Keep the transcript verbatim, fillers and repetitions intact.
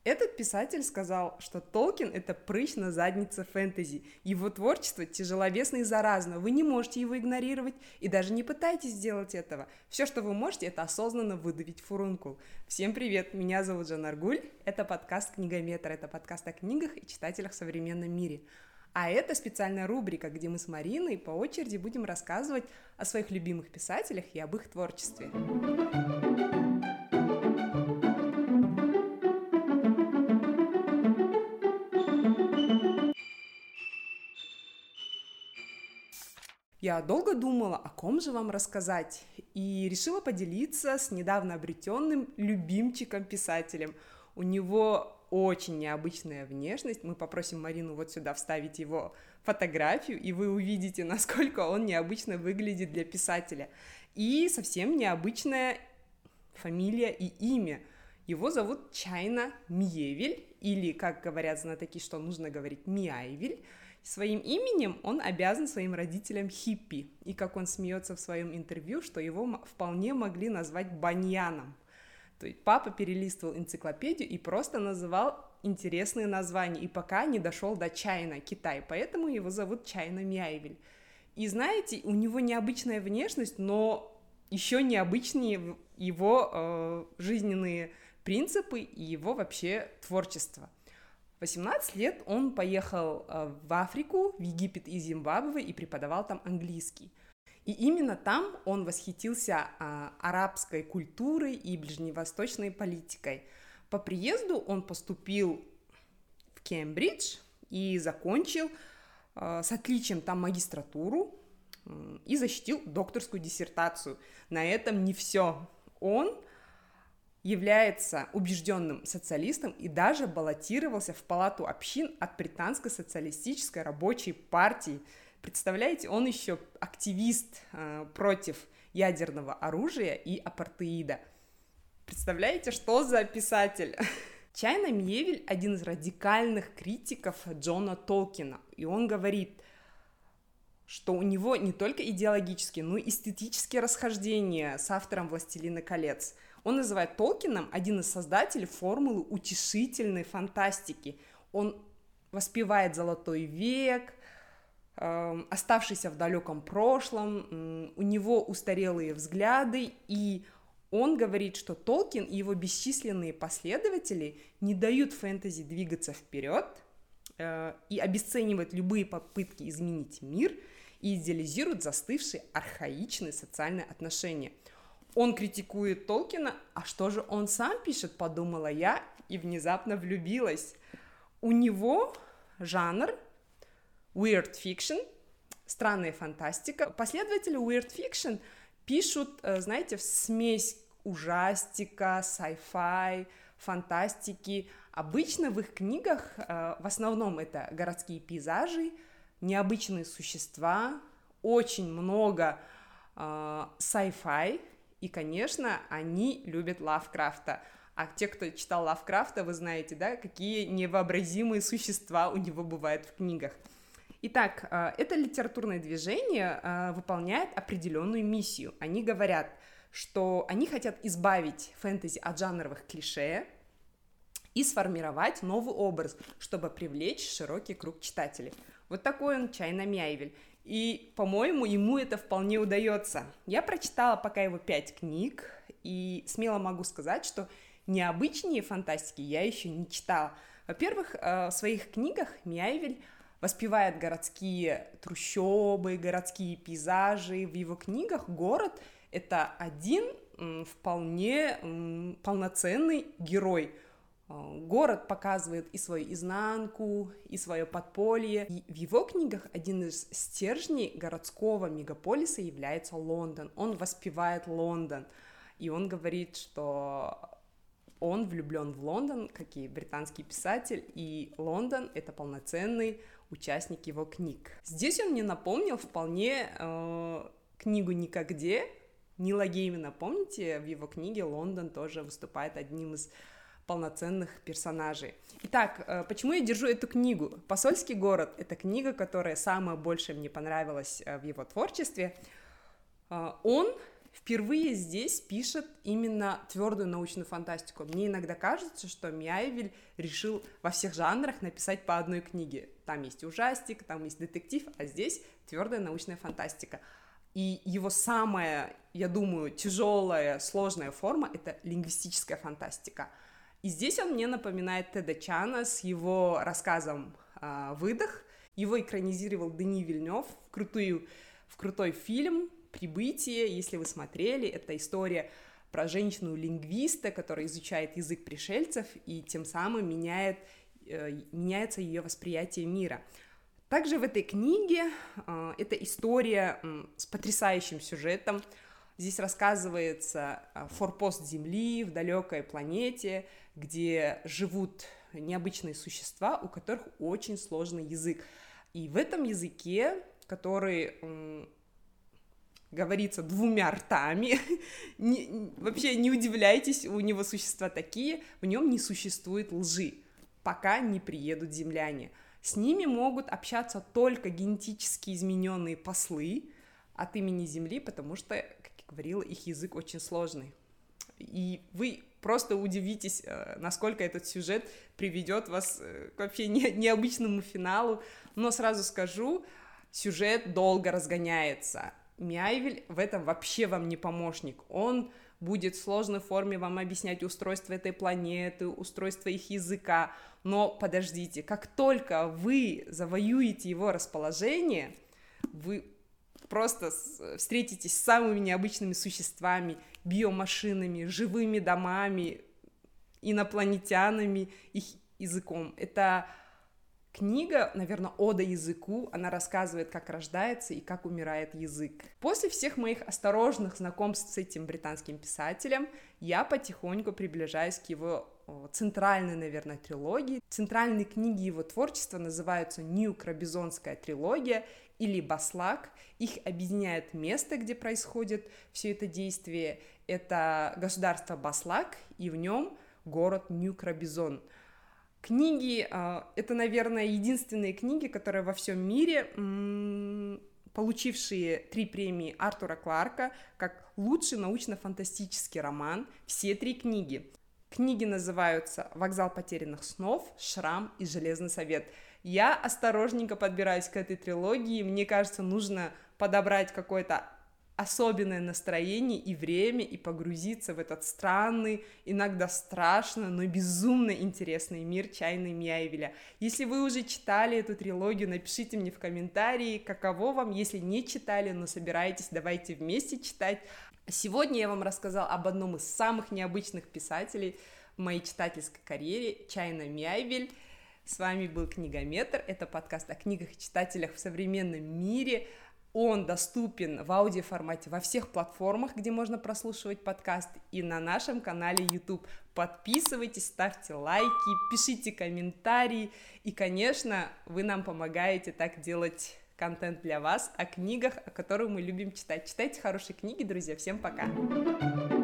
Этот писатель сказал, что Толкин — это прыщ на заднице фэнтези. Его творчество тяжеловесно и заразно. Вы не можете его игнорировать и даже не пытайтесь сделать этого. Все, что вы можете, это осознанно выдавить фурункул. Всем привет, меня зовут Жанна Аргуль. Это подкаст «Книгометр». Это подкаст о книгах и читателях в современном мире. А это специальная рубрика, где мы с Мариной по очереди будем рассказывать о своих любимых писателях и об их творчестве. Я долго думала, о ком же вам рассказать, и решила поделиться с недавно обретенным любимчиком-писателем. У него очень необычная внешность. Мы попросим Марину вот сюда вставить его фотографию, и вы увидите, насколько он необычно выглядит для писателя. И совсем необычная фамилия и имя. Его зовут Чайна Миевиль, или, как говорят знатоки, что нужно говорить, Миайвиль. Своим именем он обязан своим родителям хиппи, и как он смеется в своем интервью, что его вполне могли назвать баньяном. То есть папа перелистывал энциклопедию и просто называл интересные названия, и пока не дошел до Чайна, Китай, поэтому его зовут Чайна Миайвиль. И знаете, у него необычная внешность, но еще необычнее его э, жизненные принципы и его вообще творчество. В восемнадцать лет он поехал в Африку, в Египет и Зимбабве и преподавал там английский. И именно там он восхитился а, арабской культурой и ближневосточной политикой. По приезду он поступил в Кембридж и закончил а, с отличием там магистратуру а, и защитил докторскую диссертацию. На этом не все. Он является убежденным социалистом и даже баллотировался в палату общин от Британской социалистической рабочей партии. Представляете, он еще активист э, против ядерного оружия и апартеида. Представляете, что за писатель? Чайна Миевиль — один из радикальных критиков Джона Толкина, и он говорит, что у него не только идеологические, но и эстетические расхождения с автором «Властелина колец». Он называет Толкином один из создателей формулы утешительной фантастики. Он воспевает золотой век, э, оставшийся в далеком прошлом, э, у него устарелые взгляды, и он говорит, что Толкин и его бесчисленные последователи не дают фэнтези двигаться вперед э, и обесценивают любые попытки изменить мир и идеализируют застывшие архаичные социальные отношения. Он критикует Толкина, а что же он сам пишет, подумала я и внезапно влюбилась. У него жанр weird fiction, странная фантастика. Последователи weird fiction пишут, знаете, в смесь ужастика, sci-fi, фантастики. Обычно в их книгах в основном это городские пейзажи, необычные существа, очень много sci-fi. И, конечно, они любят Лавкрафта. А те, кто читал Лавкрафта, вы знаете, да, какие невообразимые существа у него бывают в книгах. Итак, это литературное движение выполняет определенную миссию. Они говорят, что они хотят избавить фэнтези от жанровых клише и сформировать новый образ, чтобы привлечь широкий круг читателей. Вот такой он, Чайна Миевиль. И, по-моему, ему это вполне удается. Я прочитала пока его пять книг, и смело могу сказать, что необычнее фантастики я еще не читала. Во-первых, в своих книгах Миевиль воспевает городские трущобы, городские пейзажи. В его книгах город — это один вполне полноценный герой. Город показывает и свою изнанку, и свое подполье. И в его книгах один из стержней городского мегаполиса является Лондон. Он воспевает Лондон, и он говорит, что он влюблен в Лондон, как и британский писатель, и Лондон — это полноценный участник его книг. Здесь он мне напомнил вполне э, книгу «Никогде» Нила Геймана. Помните, в его книге Лондон тоже выступает одним из полноценных персонажей. Итак, почему я держу эту книгу? «Посольский город» — это книга, которая самое большее мне понравилась в его творчестве. Он впервые здесь пишет именно твердую научную фантастику. Мне иногда кажется, что Миявиль решил во всех жанрах написать по одной книге. Там есть ужастик, там есть детектив, а здесь твердая научная фантастика. И его самая, я думаю, тяжелая, сложная форма — это лингвистическая фантастика. И здесь он мне напоминает Теда Чана с его рассказом э, «Выдох». Его экранизировал Дени Вильнёв в, крутую, в крутой фильм «Прибытие». Если вы смотрели, это история про женщину-лингвиста, которая изучает язык пришельцев и тем самым меняет, э, меняется ее восприятие мира. Также в этой книге э, это история э, с потрясающим сюжетом. Здесь рассказывается э, форпост Земли в далекой планете, где живут необычные существа, у которых очень сложный язык. И в этом языке, который э, говорится двумя ртами, не, вообще не удивляйтесь, у него существа такие, в нем не существует лжи, пока не приедут земляне. С ними могут общаться только генетически измененные послы от имени Земли, потому что, как я говорила, их язык очень сложный. И вы просто удивитесь, насколько этот сюжет приведет вас к вообще не, необычному финалу. Но сразу скажу, сюжет долго разгоняется. Миявиль в этом вообще вам не помощник. Он будет в сложной форме вам объяснять устройство этой планеты, устройство их языка. Но подождите, как только вы завоюете его расположение, вы просто встретитесь с самыми необычными существами, биомашинами, живыми домами, инопланетянами, их языком. Это книга, наверное, ода языку, она рассказывает, как рождается и как умирает язык. После всех моих осторожных знакомств с этим британским писателем я потихоньку приближаюсь к его центральной, наверное, трилогии. Центральные книги его творчества называются Нью-Крабизонская трилогия или Баслак. Их объединяет место, где происходит все это действие. Это государство Баслак, и в нем город Нью-Крабизон. Книги, это, наверное, единственные книги, которые во всем мире, получившие три премии Артура Кларка как лучший научно-фантастический роман, все три книги. Книги называются «Вокзал потерянных снов», «Шрам» и «Железный совет». Я осторожненько подбираюсь к этой трилогии, мне кажется, нужно подобрать какое-то особенное настроение и время, и погрузиться в этот странный, иногда страшный, но безумно интересный мир Чайны Миявиля. Если вы уже читали эту трилогию, напишите мне в комментарии, каково вам. Если не читали, но собираетесь, давайте вместе читать. Сегодня я вам рассказала об одном из самых необычных писателей в моей читательской карьере, Чайна Миявиль. С вами был Книгометр, это подкаст о книгах и читателях в современном мире. Он доступен в аудиоформате во всех платформах, где можно прослушивать подкаст, и на нашем канале YouTube. Подписывайтесь, ставьте лайки, пишите комментарии, и, конечно, вы нам помогаете так делать контент для вас о книгах, о которых мы любим читать. Читайте хорошие книги, друзья. Всем пока!